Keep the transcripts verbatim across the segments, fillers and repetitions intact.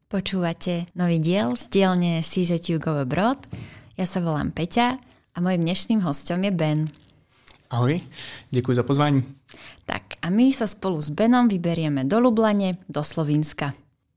Počúvate nový diel z dielne C Z U Go Abroad. Ja sa volám Peťa a mojím dnešným hosťom je Ben. Ahoj, děkuji za pozvání. Tak a my sa spolu s Benom vyberieme do Lublane, do Slovinska.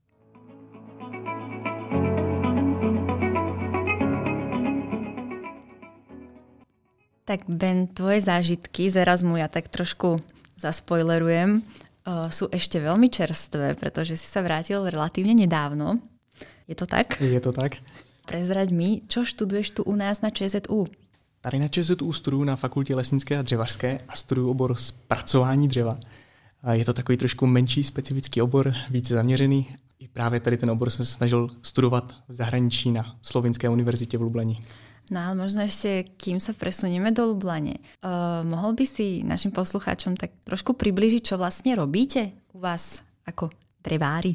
Tak Ben, tvoje zážitky z Erasmu ja tak trošku zaspoilerujem. Sú ešte veľmi čerstvé, pretože si sa vrátil relatívne nedávno. Je to tak? Je to tak. Prezraď mi, čo študuješ tu u nás na ČZU? Tady na ČZU studuju na fakultě lesnické a dřevařské a studuju obor zpracování dřeva. Je to takový trošku menší specifický obor, více zaměřený. I právě tady ten obor jsem se snažil studovat v zahraničí na Slovinské univerzitě v Lublani. No ale možno ešte, kým sa presunieme do Lublane, uh, mohol by si našim poslucháčom tak trošku priblížiť, čo vlastne robíte u vás ako drevári?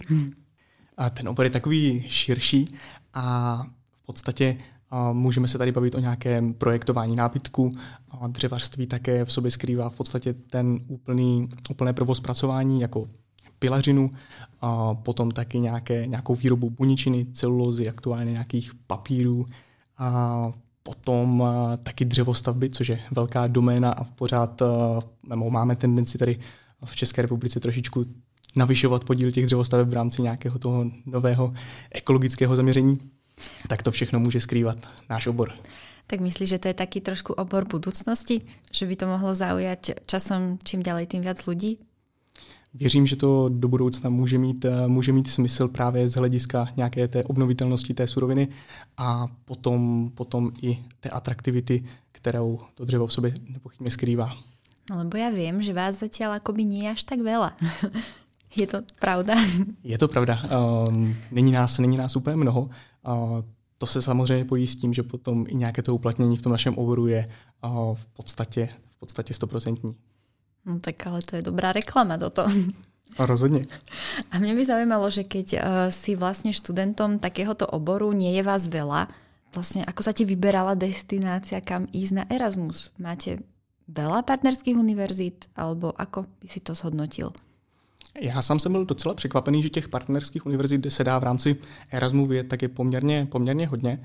A ten obor je takový širší a v podstatě uh, můžeme se tady bavit o nějakém projektování nábytku. A dřevařství také v sobě skrývá v podstatě ten úplný, úplné prvozpracování jako pilařinu, a potom taky nějaké, nějakou výrobu buničiny, celulózy, aktuálně nějakých papírů, a potom uh, taky dřevostavby, což je velká doména a pořád uh, máme tendenci tady v České republice trošičku navyšovat podíl těch dřevostaveb v rámci nějakého toho nového ekologického zaměření. Tak to všechno může skrývat náš obor. Tak myslíš, že to je taký trošku obor budúcnosti? Že by to mohlo zaujať časom čím ďalej tým viac ľudí? Věřím, že to do budoucna může mít, může mít smysl právě z hlediska nějaké té obnovitelnosti té suroviny a potom, potom i té atraktivity, kterou to dřevo v sobě nepochybně skrývá. No lebo ja viem, že vás zatiaľ akoby nie je až tak veľa. Je to pravda? Je to pravda. Um, není, nás, není nás úplně mnoho. Uh, to se samozřejmě pojí s tím, že potom i nějaké to uplatnění v tom našem oboru je uh, v podstatě v podstatě stoprocentní. No tak ale to je dobrá reklama do toho. A rozhodne. A mne by zaujímalo, že keď uh, si vlastne študentom takéhoto oboru, nie je vás veľa, vlastne ako sa ti vyberala destinácia, kam ísť na Erasmus? Máte veľa partnerských univerzít, alebo ako by si to zhodnotil? Já sám jsem byl docela překvapený, že těch partnerských univerzit, kde se dá v rámci Erasmu vyjet, tak je poměrně, poměrně hodně.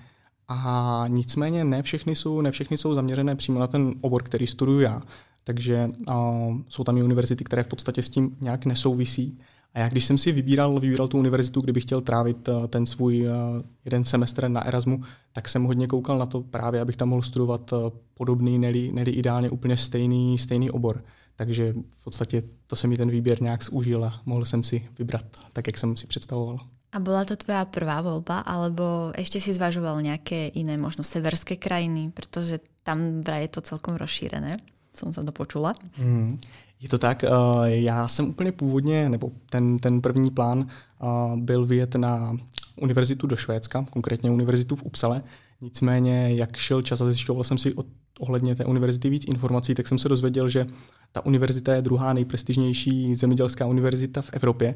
A nicméně ne všechny jsou, ne všechny jsou zaměřené přímo na ten obor, který studuju já. Takže uh, jsou tam i univerzity, které v podstatě s tím nějak nesouvisí. A já když jsem si vybíral, vybíral tu univerzitu, kde bych chtěl trávit uh, ten svůj uh, jeden semestr na Erasmu, tak jsem hodně koukal na to právě, abych tam mohl studovat uh, podobný, neli, neli ideálně úplně stejný, stejný obor. Takže v podstatě to se mi ten výběr nějak zúžil a mohl jsem si vybrat tak, jak jsem si představoval. A bola to tvoja prvá voľba, alebo ešte si zvažoval nejaké iné, možno severské krajiny, pretože tam vraj je to celkom rozšírené? Jsem se dopočula. Hmm, je to tak. Já jsem úplně původně, nebo ten, ten první plán byl vyjet na univerzitu do Švédska, konkrétně univerzitu v Uppsale. Nicméně, jak šel čas a zjišťoval jsem si ohledně té univerzity víc informací, tak jsem se dozvěděl, že ta univerzita je druhá nejprestižnější zemědělská univerzita v Evropě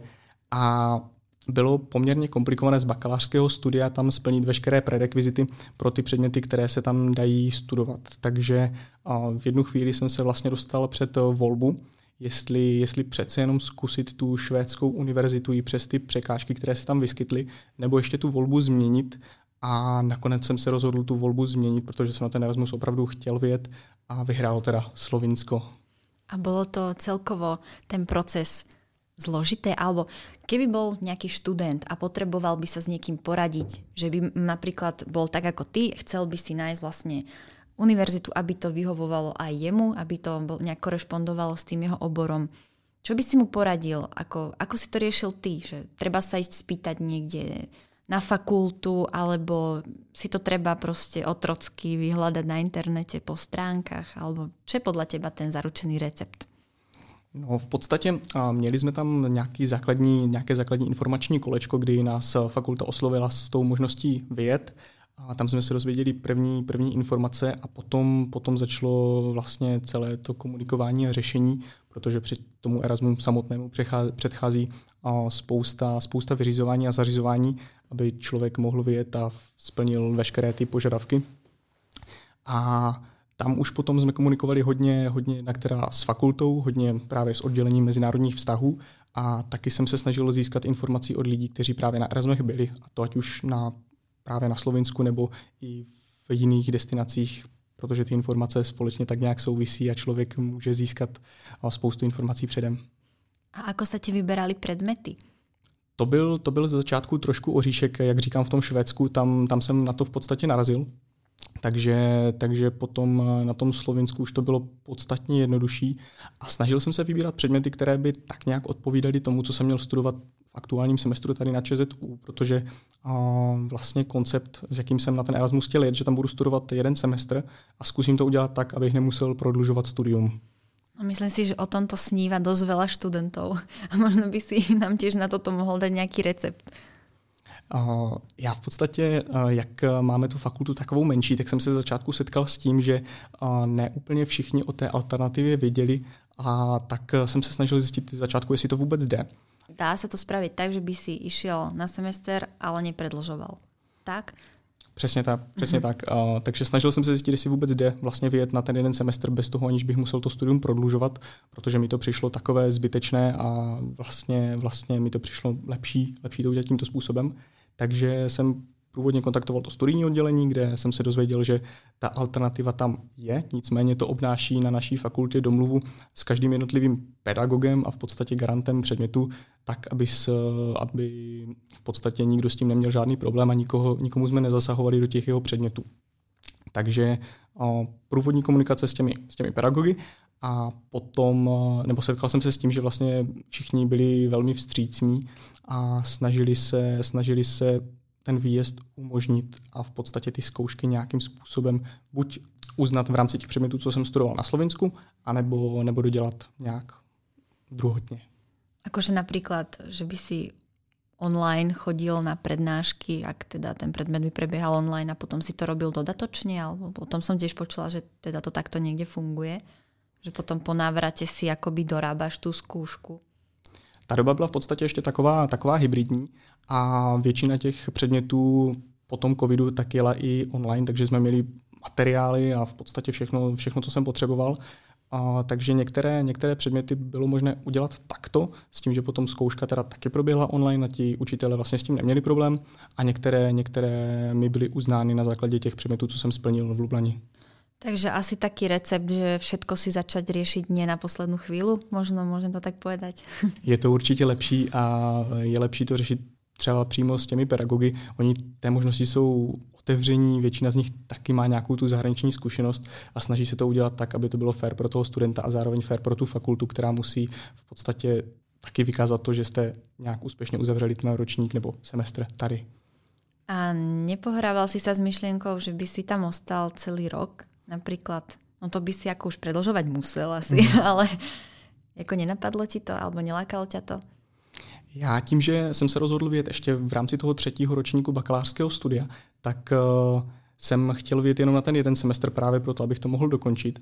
a bylo poměrně komplikované z bakalářského studia tam splnit veškeré prerekvizity pro ty předměty, které se tam dají studovat. Takže v jednu chvíli jsem se vlastně dostal před volbu, jestli, jestli přece jenom zkusit tu švédskou univerzitu i přes ty překážky, které se tam vyskytly, nebo ještě tu volbu změnit. A nakonec jsem se rozhodl tu volbu změnit, protože jsem na ten Erasmus opravdu chtěl vyjet a vyhrálo teda Slovinsko. A bolo to celkovo ten proces zložité, alebo keby bol nejaký študent a potreboval by sa s niekým poradiť, že by napríklad bol tak ako ty, chcel by si nájsť vlastne univerzitu, aby to vyhovovalo aj jemu, aby to nejak korešpondovalo s tým jeho oborom. Čo by si mu poradil? Ako, ako si to riešil ty? Že treba sa ísť spýtať niekde na fakultu, alebo si to treba proste otrocky vyhľadať na internete po stránkach, alebo čo je podľa teba ten zaručený recept? No, v podstatě měli jsme tam nějaký základní, nějaké základní informační kolečko, kdy nás fakulta oslovila s tou možností vyjet. A tam jsme se dozvěděli první, první informace a potom, potom začalo vlastně celé to komunikování a řešení, protože před tomu Erasmu samotnému předchází spousta, spousta vyřizování a zařizování, aby člověk mohl vyjet a splnil veškeré ty požadavky. A tam už potom jsme komunikovali hodně, hodně jednak teda s fakultou, hodně právě s oddělením mezinárodních vztahů a taky jsem se snažil získat informací od lidí, kteří právě na Erasmech byli, a to ať už na, právě na Slovinsku nebo i v jiných destinacích, protože ty informace společně tak nějak souvisí a člověk může získat spoustu informací předem. A ako sa ti vyberali predmety? To byl, to byl ze začátku trošku oříšek, jak říkám, v tom Švédsku, tam, tam jsem na to v podstatě narazil. Takže, takže potom na tom Slovinsku už to bylo podstatně jednodušší a snažil jsem se vybírat předměty, které by tak nějak odpovídaly tomu, co jsem měl studovat v aktuálním semestru tady na ČZÚ, protože uh, vlastně koncept, s jakým jsem na ten Erasmus chtěl jet, že tam budu studovat jeden semestr a zkusím to udělat tak, abych nemusel prodlužovat studium. Myslím si, že o tomto sníva dosť veľa študentov a možno by si nám tiež na toto mohol dať nejaký recept. Uh, já v podstatě, uh, jak máme tu fakultu takovou menší, tak jsem se v začátku setkal s tím, že uh, ne úplně všichni o té alternativě věděli a tak jsem se snažil zjistit v začátku, jestli to vůbec jde. Dá sa to spraviť tak, že by si išiel na semester, ale nepredlžoval. Tak? Přesně tak. Přesně mm-hmm. tak. Uh, takže snažil jsem se zjistit, jestli vůbec jde vlastně vyjet na ten jeden semestr bez toho, aniž bych musel to studium prodlužovat, protože mi to přišlo takové zbytečné a vlastně, vlastně mi to přišlo lepší, lepší to udělat tímto způsobem. Takže jsem průvodně kontaktoval to studijní oddělení, kde jsem se dozvěděl, že ta alternativa tam je, nicméně to obnáší na naší fakultě domluvu s každým jednotlivým pedagogem a v podstatě garantem předmětu, tak aby, s, aby v podstatě nikdo s tím neměl žádný problém a nikoho, nikomu jsme nezasahovali do těch jeho předmětů. Takže o, průvodní komunikace s těmi, s těmi pedagogy a potom, nebo setkal jsem se s tím, že vlastně všichni byli velmi vstřícní a snažili se, snažili se ten výjezd umožnit a v podstatě ty zkoušky nějakým způsobem buď uznat v rámci těch předmětů, co jsem studoval na Slovensku, anebo, nebo dodělat nějak druhotně. Akože napríklad, že by si online chodil na prednášky, ak teda ten predmet by prebiehal online a potom si to robil dodatočne, alebo potom som tiež počula, že teda to takto niekde funguje, že potom po návrate si akoby dorábaš tú skúšku. Ta doba byla v podstatě ještě taková, taková hybridní a většina těch předmětů po tom covidu tak jela i online, takže jsme měli materiály a v podstatě všechno, všechno co jsem potřeboval. A takže některé, některé předměty bylo možné udělat takto, s tím, že potom zkouška teda taky proběhla online a ti učitelé vlastně s tím neměli problém a některé, některé mi byly uznány na základě těch předmětů, co jsem splnil v Lublani. Takže asi taký recept, že všetko si začať riešiť nie na poslednú chvíľu, možno môžem to tak povedať. Je to určitě lepší a je lepší to řešit třeba přímo s těmi pedagogy. Oni té možnosti jsou otevření, většina z nich taky má nějakou tu zahraniční zkušenost a snaží se to udělat tak, aby to bylo fair pro toho studenta a zároveň fair pro tu fakultu, která musí v podstatě taky vykázat to, že jste nějak úspěšně uzavřeli ten ročník nebo semestr tady. A nepohrával si sa s myšlienkou, že by si tam ostal celý rok? Napríklad, no to by si ako už predlžovať musel asi, mm. ale jako nenapadlo ti to, alebo nelákalo ťa to? Já tím, že jsem se rozhodl vyjet ještě v rámci toho třetího ročníku bakalářského studia, tak uh, jsem chtěl vyjet jenom na ten jeden semestr právě proto, abych to mohl dokončit.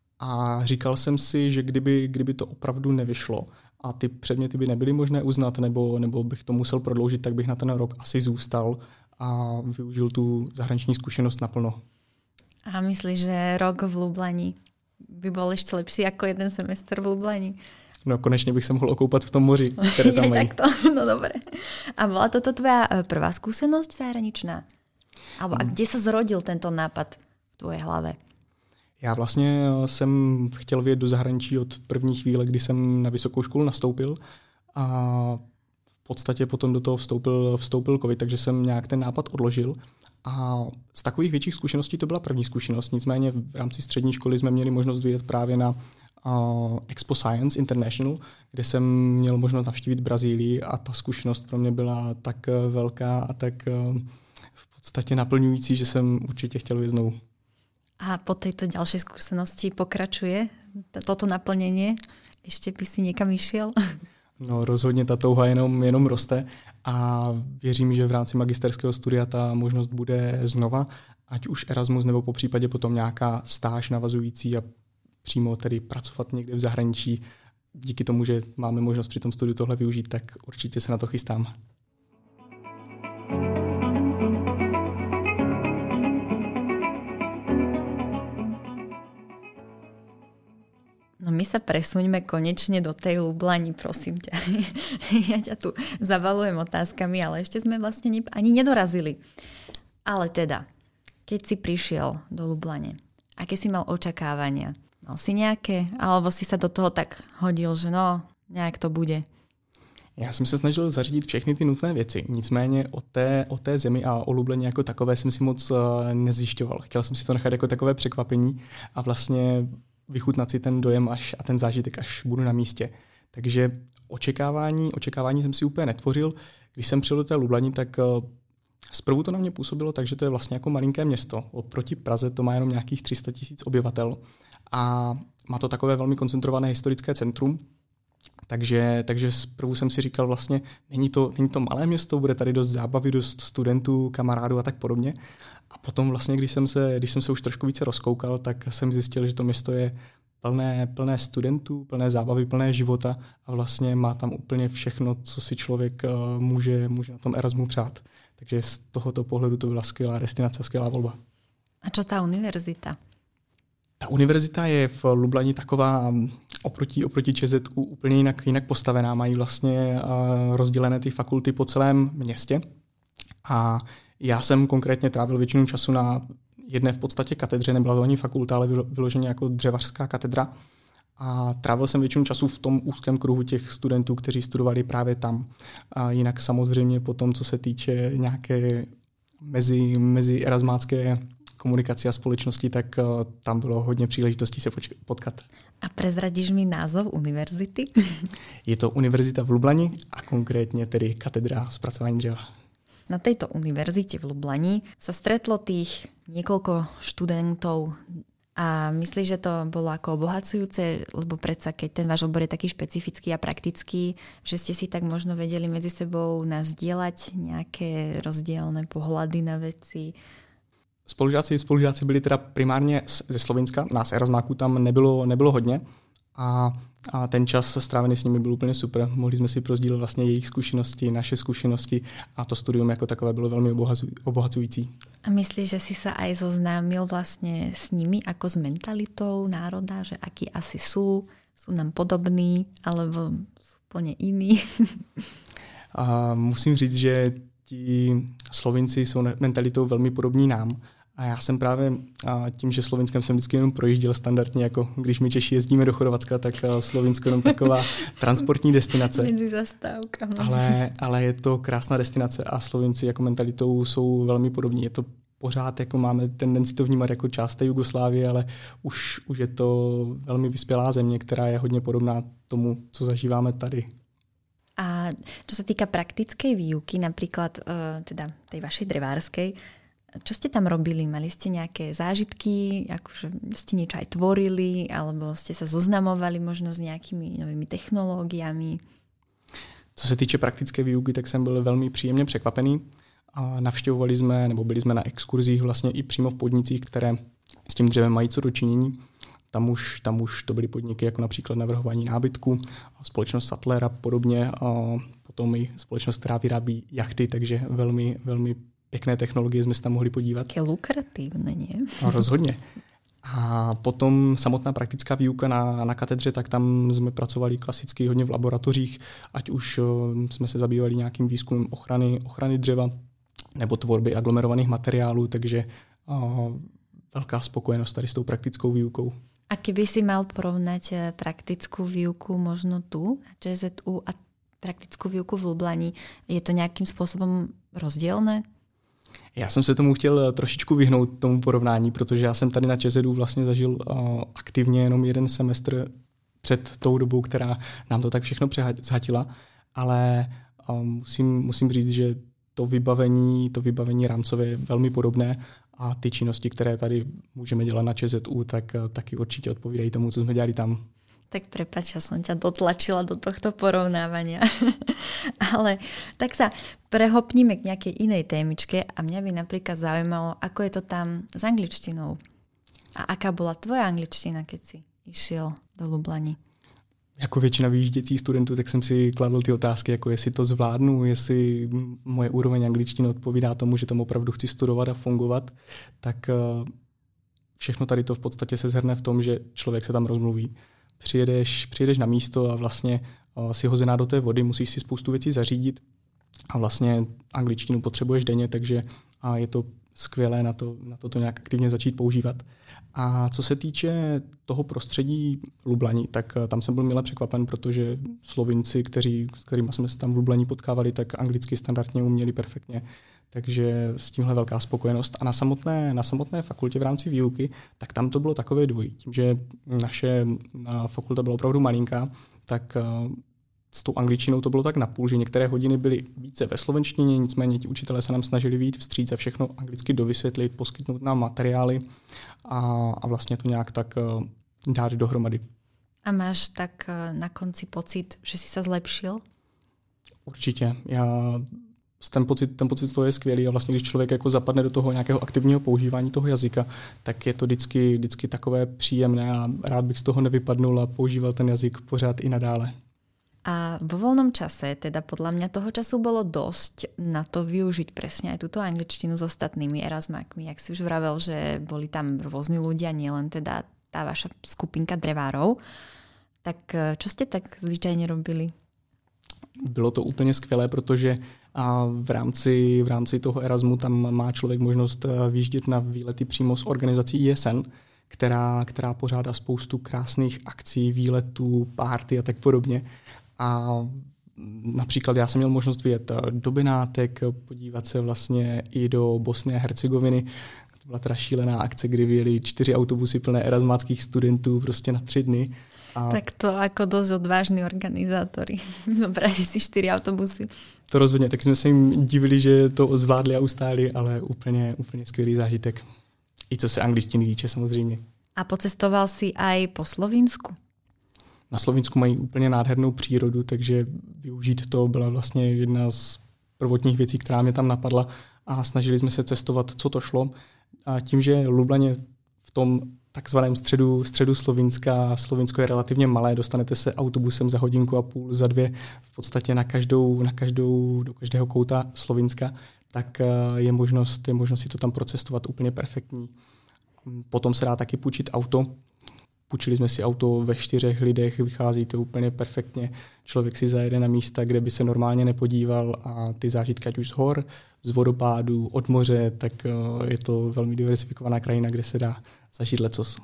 A říkal jsem si, že kdyby, kdyby to opravdu nevyšlo a ty předměty by nebyly možné uznat, nebo, nebo bych to musel prodloužit, tak bych na ten rok asi zůstal a využil tu zahraniční zkušenost naplno. A myslíš, že rok v Lublani by bol ešte lepší ako jeden semestr v Lublani? No konečně bych se mohl okoupat v tom moři, které tam mají. Takto, no dobre. A bola toto tvoja prvá skúsenosť zahraničná? Alebo a kde sa zrodil tento nápad v tvojej hlave? Já vlastně jsem chtěl vyjet do zahraničí od první chvíle, kdy jsem na vysokou školu nastoupil a v podstatě potom do toho vstoupil, vstoupil covid, takže jsem nějak ten nápad odložil. A z takových větších zkušeností to byla první zkušenost, nicméně v rámci střední školy jsme měli možnost vyjet právě na uh, Expo Science International, kde jsem měl možnost navštívit Brazílii a ta zkušenost pro mě byla tak uh, velká a tak uh, v podstatě naplňující, že jsem určitě chtěl vyjet znovu. A po tejto ďalšej skúsenosti pokračuje toto naplnenie? Ešte by si niekam išiel? No rozhodně ta touha jenom, jenom roste a věřím, že v rámci magisterského studia ta možnost bude znova, ať už Erasmus nebo po případě potom nějaká stáž navazující a přímo tedy pracovat někde v zahraničí. Díky tomu, že máme možnost při tom studiu tohle využít, tak určitě se na to chystám. my sa presuňme konečne do tej Lublani, prosím ťa. Ja ťa tu zavalujem otázkami, ale ešte sme vlastne ne, ani nedorazili. Ale teda, keď si prišiel do Lublane, aké si mal očakávania? Mal si nejaké? Alebo si sa do toho tak hodil, že no, nejak to bude? Já jsem se snažil zařídit všechny ty nutné věci, nicméně o té, o té zemi a o Lublani jako takové jsem si moc uh, nezjišťoval. Chtěl jsem si to nechat jako takové překvapení a vlastně vychutnat si ten dojem až a ten zážitek, až budu na místě. Takže očekávání, očekávání jsem si úplně netvořil. Když jsem přijel do té Lublani, tak uh, zprvu to na mě působilo tak, že to je vlastně jako malinké město. Oproti Praze to má jenom nějakých tři sta tisíc obyvatel a má to takové velmi koncentrované historické centrum. Takže, takže zprvu jsem si říkal vlastně, není to, není to malé město, bude tady dost zábavy, dost studentů, kamarádů a tak podobně. A potom vlastně, když jsem se, když jsem se už trošku více rozkoukal, tak jsem zjistil, že to město je plné, plné studentů, plné zábavy, plné života a vlastně má tam úplně všechno, co si člověk uh, může, může na tom Erasmu přát. Takže z tohoto pohledu to byla skvělá destinace, skvělá volba. A čo tá univerzita? Ta univerzita je v Lublani taková oproti, oproti ČZÚ úplně jinak, jinak postavená. Mají vlastně uh, rozdělené ty fakulty po celém městě. A já jsem konkrétně trávil většinu času na jedné v podstatě katedře, nebyla to ani fakulta, ale vyloženě jako dřevařská katedra. A trávil jsem většinu času v tom úzkém kruhu těch studentů, kteří studovali právě tam. A jinak samozřejmě potom, co se týče nějaké mezi, mezi erasmácké komunikaci a společnosti, tak uh, tam bylo hodně příležitostí se počk- potkat. A prezradíš mi názov univerzity? Je to univerzita v Lublani a konkrétně tedy katedra zpracování dřeva. Na tejto univerzite v Lublani sa stretlo tých niekoľko študentov a myslíš, že to bolo ako obohacujúce, lebo predsa keď ten váš obor je taký špecifický a praktický, že ste si tak možno vedeli medzi sebou nazdieľať nejaké rozdielne pohľady na veci? Spolužáci, spolužáci byli teda primárně ze Slovenska, nás Erasmáků tam nebylo, nebylo hodně a, a ten čas strávený s nimi byl úplně super. Mohli jsme si prozdílet vlastně jejich zkušenosti, naše zkušenosti a to studium jako takové bylo velmi obohacující. A myslíš, že si sa aj zoznámil vlastně s nimi ako s mentalitou národa, že akí asi sú, sú nám podobní alebo sú úplne iní? A musím říct, že ti Slovinci jsou mentalitou velmi podobní nám. A já jsem právě tím, že Slovinskem jsem vždycky jenom projížděl standardně, jako když my Češi jezdíme do Chorvatska, tak Slovinsko jenom taková transportní destinace. Mezi zastávkami. Ale, ale je to krásná destinace a Slovinci jako mentalitou jsou velmi podobní. Je to pořád, jako máme tendenci to vnímat jako část té Jugoslávie, ale už, už je to velmi vyspělá země, která je hodně podobná tomu, co zažíváme tady. A čo sa týka praktickej výuky, napríklad uh, teda tej vašej drevárskej, čo ste tam robili? Mali ste nejaké zážitky, akože ste niečo aj tvorili, alebo ste sa zoznamovali možno s nejakými novými technológiami? Co se týče praktické výuky, tak jsem byl velmi příjemně překvapený. A navštěvovali jsme, nebo byli jsme na exkurzích vlastně i přímo v podnicích, které s tím dřevem mají co dočinění. Tam už, tam už to byly podniky jako například navrhování nábytku, společnost Sattler a podobně, a potom i společnost, která vyrábí jachty, takže velmi, velmi pěkné technologie jsme se tam mohli podívat. Také lukrativné, nie? No, rozhodně. A potom samotná praktická výuka na, na katedře, tak tam jsme pracovali klasicky hodně v laboratořích, ať už jsme se zabývali nějakým výzkumem ochrany, ochrany dřeva nebo tvorby aglomerovaných materiálů, takže uh, velká spokojenost tady s tou praktickou výukou. A keby si mal porovnať praktickú výuku možno tu na ČZÚ a praktickú výuku v Lublani, je to nejakým spôsobom rozdielne? Já jsem se tomu chtěl trošičku vyhnout tomu porovnání, protože já jsem tady na ČZÚ vlastně zažil uh, aktivně jenom jeden semestr před tou dobou, která nám to tak všechno zhatila, ale uh, musím, musím říct, že to vybavení, to vybavení rámcové je velmi podobné a ty činnosti, které tady můžeme dělat na ČZÚ, tak taky určitě odpovídají tomu, co jsme dělali tam. Tak prepáč, ja som ťa dotlačila do tohto porovnávania. Ale tak sa prehopníme k nejakej inej témičke a mňa by napríklad zaujímalo, ako je to tam s angličtinou. A aká bola tvoja angličtina, keď si išiel do Lublani? Jako většina výjížděcích studentů, tak jsem si kladl ty otázky, jako jestli to zvládnu, jestli moje úroveň angličtiny odpovídá tomu, že tam opravdu chci studovat a fungovat, tak všechno tady to v podstatě se zhrne v tom, že člověk se tam rozmluví. přijedeš, přijedeš na místo a vlastně si hozená do té vody, musíš si spoustu věcí zařídit a vlastně angličtinu potřebuješ denně, takže je to skvělé na to, na to, to nějak aktivně začít používat. A co se týče toho prostředí Lublani, tak tam jsem byl mile překvapen, protože Slovinci, kteří, s kterými jsme se tam v Lublani potkávali, tak anglicky standardně uměli perfektně. Takže s tímhle velká spokojenost. A na samotné, na samotné fakultě v rámci výuky, tak tam to bylo takové dvojí. Tím, že naše fakulta byla opravdu malinká, tak s tou angličtinou to bylo tak napůl, že některé hodiny byly více ve slovenštině, nicméně ti učitelé se nám snažili vyjít vstříc a všechno anglicky dovysvětlit, poskytnout nám materiály a, a vlastně to nějak tak uh, dát dohromady. A máš tak uh, na konci pocit, že jsi se zlepšil? Určitě. Já, ten, pocit, ten pocit toho je skvělý a vlastně když člověk jako zapadne do toho nějakého aktivního používání toho jazyka, tak je to vždycky, vždycky takové příjemné a rád bych z toho nevypadnul a používal ten jazyk pořád i nadále. A vo voľnom čase, teda podľa mňa toho času bolo dosť na to využiť presne aj túto angličtinu s ostatnými erasmákmi. Jak si už vravel, že boli tam rôzni ľudia, nielen teda tá vaša skupinka drevárov. Tak čo ste tak zvyčajne robili? Bylo to úplně skvělé, protože v rámci, v rámci toho Erasmu tam má člověk možnost vyjíždět na výlety přímo s organizací I S N, která, která pořádá spoustu krásných akcí, výletů, párty a tak podobně. A například já jsem měl možnost vyjet do Benátek, podívat se vlastně i do Bosny a Hercegoviny. To byla teda šílená akce, kdy vyjeli čtyři autobusy plné erasmáckých studentů prostě na tři dny. A tak to jako dost odvážní organizátory. Zobrali si čtyři autobusy. To rozhodně, tak jsme se jim divili, že to zvládli a ustáli, ale úplně, úplně skvělý zážitek. I co se angličtiny týče samozřejmě. A pocestoval si aj po Slovinsku? Na Slovinsku mají úplně nádhernou přírodu, takže využít to byla vlastně jedna z prvotních věcí, která mě tam napadla a snažili jsme se cestovat, co to šlo. A tím, že Lublin je v tom takzvaném středu, středu Slovinska, Slovinsko je relativně malé, dostanete se autobusem za hodinku a půl, za dvě v podstatě na každou, na každou, do každého kouta Slovinska, tak je možnost, je možnost si to tam procestovat úplně perfektní. Potom se dá taky půjčit auto. Půjčili jsme si auto ve čtyřech lidech, vychází to úplně perfektně. Člověk si zajede na místa, kde by se normálně nepodíval a ty zážitky, ať už z hor, z vodopádu, od moře, tak je to velmi diversifikovaná krajina, kde se dá zažít lecos.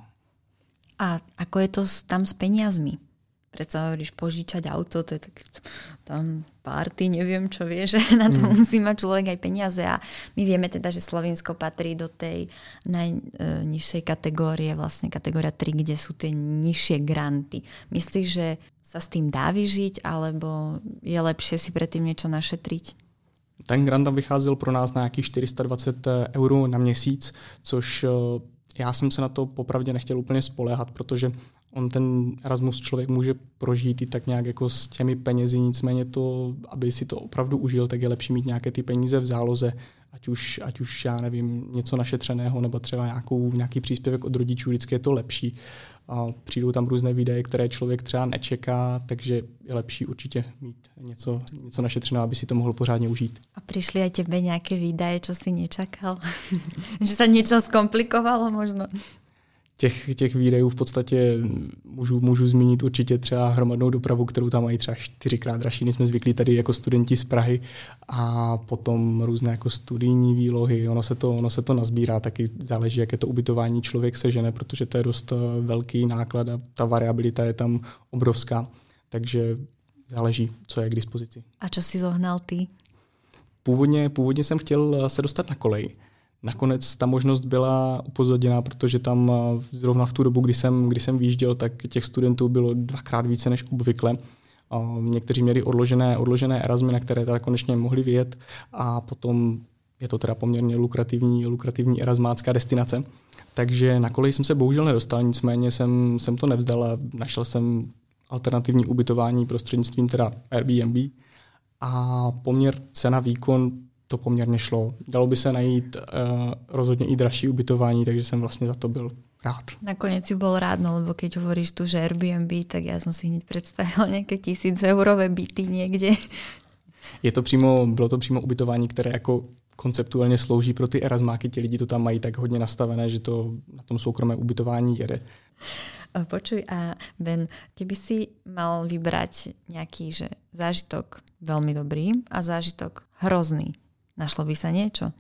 A ako je to tam s peniazmi? Predsa hovoríš požičať auto, to je tak tam party, neviem čo vie, že na to mm. musí mať človek aj peniaze a my vieme teda, že Slovinsko patrí do tej najnižšej kategórie, vlastne kategória tri, kde sú tie nižšie granty. Myslíš, že sa s tým dá vyžiť, alebo je lepšie si predtým niečo našetriť? Ten grant tam vycházel pro nás na nějakých čtyři sta dvacet euro na měsíc, což já jsem se na to popravdě nechtěl úplně spoléhat, protože on ten Erasmus člověk může prožít i tak nějak jako s těmi penězi, nicméně to, aby si to opravdu užil, tak je lepší mít nějaké ty peníze v záloze, ať už, ať už já nevím, něco našetřeného nebo třeba nějakou, nějaký příspěvek od rodičů, vždycky je to lepší. A přijdou tam různé výdaje, které člověk třeba nečeká, takže je lepší určitě mít něco, něco našetřeného, aby si to mohl pořádně užít. A přišly aj tebe nějaké výdaje, čo si nečakal? Že se něco zkomplikovalo možno? Těch, těch výdajů v podstatě můžu, můžu zmínit určitě třeba hromadnou dopravu, kterou tam mají třeba čtyřikrát dražší, než jsme zvyklí tady jako studenti z Prahy, a potom různé jako studijní výlohy. Ono se to, ono se to nazbírá, taky záleží, jaké to ubytování člověk sežene, protože to je dost velký náklad a ta variabilita je tam obrovská, takže záleží, co je k dispozici. A čo si zohnal ty? Původně, původně jsem chtěl se dostat na kolej. Nakonec ta možnost byla upozaděná, protože tam zrovna v tu dobu, kdy jsem, kdy jsem vyjížděl, tak těch studentů bylo dvakrát více než obvykle. Někteří měli odložené, odložené Erasmy, na které teda konečně mohli vyjet, a potom je to teda poměrně lukrativní, lukrativní erasmácká destinace. Takže na kolej jsem se bohužel nedostal, nicméně jsem, jsem to nevzdal a našel jsem alternativní ubytování prostřednictvím teda Airbnb a poměr cena-výkon to poměrně šlo. Dalo by se najít uh, rozhodně i dražší ubytování, takže jsem vlastně za to byl rád. Nakonec si bol rád, no lebo keď hovoríš tu, že Airbnb, tak já jsem si hneď představila nějaké tisíc eurové byty někde. Je to přímo, bylo to přímo ubytování, které jako konceptuálně slouží pro ty erasmáky. Ti lidi to tam mají tak hodně nastavené, že to na tom soukromé ubytování jede. Počuj, a Ben, keby si mal vybrať nejaký že zážitok veľmi dobrý a zážitok hrozný, našlo by sa niečo?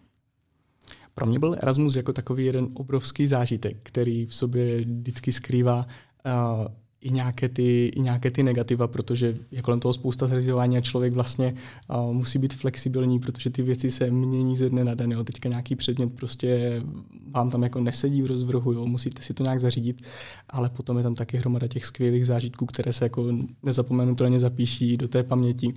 Pro mě byl Erasmus jako takový jeden obrovský zážitek, který v sobě vždycky skrývá uh, i nějaké ty, i nějaké ty negativa, protože je kolem toho spousta zřizování a člověk vlastně uh, musí být flexibilní, protože ty věci se mění ze dne na den. Jo. Teďka nějaký předmět prostě vám tam jako nesedí v rozvrhu, jo. Musíte si to nějak zařídit, ale potom je tam taky hromada těch skvělých zážitků, které se jako nezapomenutelně zapíší do té paměti.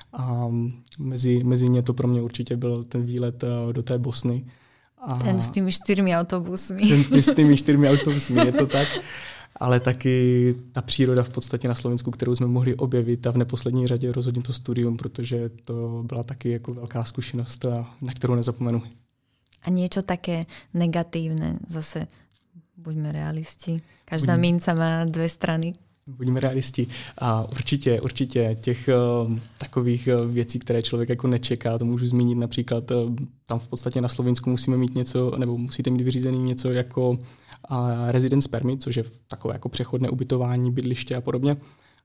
A mezi, mezi ně to pro mě určitě byl ten výlet uh, do té Bosny. A ten s tými čtyřmi autobusmi. Ten s tými čtyřmi autobusmi, je to tak. Ale taky ta příroda v podstatě na Slovensku, kterou jsme mohli objevit a v neposlední řadě rozhodně to studium, protože to byla taky jako velká zkušenost, na kterou nezapomenu. A niečo také negatívne, zase buďme realisti. Každá Buďme. minca má dvě strany. Buďme realisti. A určitě, určitě těch uh, takových uh, věcí, které člověk jako nečeká, to můžu zmínit například, uh, tam v podstatě na Slovensku musíme mít něco, nebo musíte mít vyřízený něco jako uh, residence permit, což je takové jako přechodné ubytování, bydliště a podobně.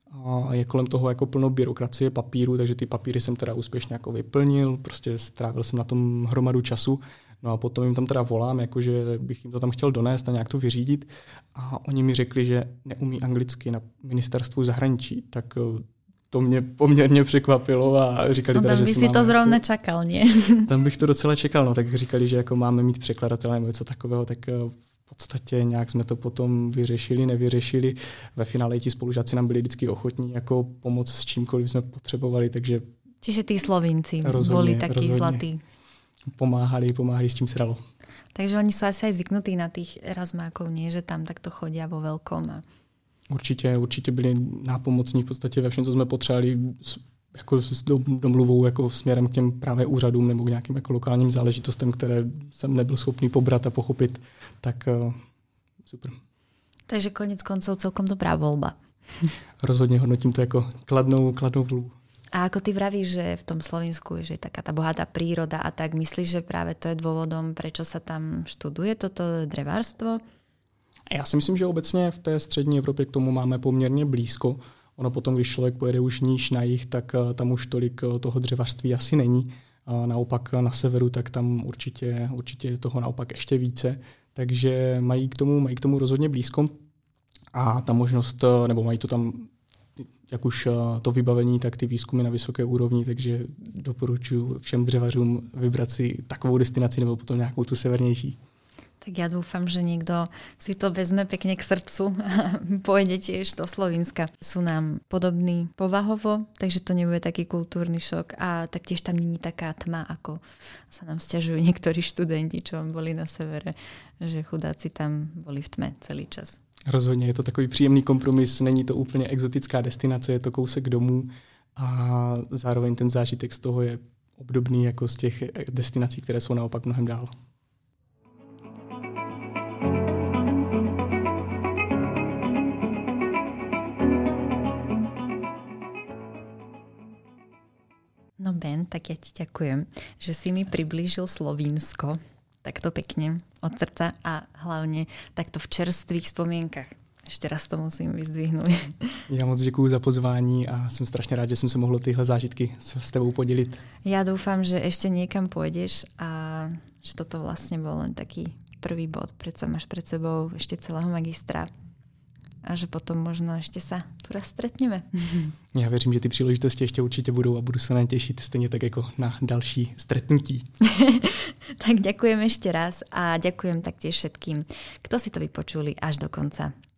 A je kolem toho jako plno byrokracie, papíru, takže ty papíry jsem teda úspěšně jako vyplnil, prostě strávil jsem na tom hromadu času. No a potom jim tam teda volám, jakože bych jim to tam chtěl donést a nějak to vyřídit. A oni mi řekli, že neumí anglicky na ministerstvu zahraničí. Tak to mě poměrně překvapilo a říkali no, teda, že si si máme, to zrovna jako, čakal, nie? Tam bych to docela čekal, no tak říkali, že jako máme mít překladatele nebo něco takového, tak v podstatě nějak jsme to potom vyřešili, nevyřešili. Ve finále ti spolužáci nám byli vždycky ochotní jako pomoct s čímkoliv jsme potřebovali, takže čiže tí Slovinci boli takí zlatí. Pomáhali, pomáhali s čím se dalo. Takže oni sú asi aj zvyknutí na tých Erasmákov, nie? Že tam takto chodia vo veľkom. A... Určitě, určitě byli nápomocní v podstatě ve všem, co jsme potřebovali jako s domluvou jako směrem k těm právě úřadům nebo k nějakým jako lokálním záležitostem, které jsem nebyl schopný pobrat a pochopit. Tak uh, super. Takže konec koncov celkom dobrá voľba. Rozhodně hodnotím to jako kladnou, kladnou volbu. A ako ty vravíš, že v tom Slovensku je že taká tá bohatá príroda a tak, myslíš, že práve to je dôvodom, prečo sa tam študuje toto drevárstvo? Já si myslím, že obecně v té střední Evropě k tomu máme poměrně blízko. Ono potom, když člověk pojede už níž na jih, tak tam už tolik toho dřevařství asi není. A naopak na severu, tak tam určitě, určitě je toho naopak ještě více. Takže mají k tomu, mají k tomu rozhodně blízko. A ta možnost, nebo mají to tam jak už to vybavení, tak ty výzkumy na vysoké úrovni, takže doporučuji všem dřevařům vybrat si takovou destinaci nebo potom nějakou tu severnější. Tak ja dúfam, že niekto si to vezme pekne k srdcu a pôjde tiež do Slovenska. Sú nám podobní povahovo, takže to nebude taký kultúrny šok a taktiež tam není taká tma, ako sa nám sťažujú niektorí študenti, čo boli na severe, že chudáci tam boli v tme celý čas. Rozhodně je to takový příjemný kompromis, není to úplně exotická destinace, je to kousek domů a zároveň ten zážitek z toho je obdobný jako z těch destinací, které jsou naopak mnohem dál. No Ben, tak ja ti ďakujem, že si mi priblížil Slovinsko takto pekne od srdca a hlavne takto v čerstvých spomienkach. Ešte raz to musím vyzdvihnúť. Já moc děkuju za pozvání a jsem strašně rád, že jsem se mohl tyhle zážitky s tebou podělit. Ja dúfam, že ešte niekam pôjdeš a že toto vlastne bol len taký prvý bod. Predsa máš pred sebou ešte celého magistra a že potom možno ešte sa tu raz stretneme. Já věřím, že ty příležitosti ještě určitě budou a budu se na ně těšit stejně tak jako na další stretnutí. Tak ďakujem ešte raz a ďakujem taktiež všetkým, kto si to vypočuli až do konca.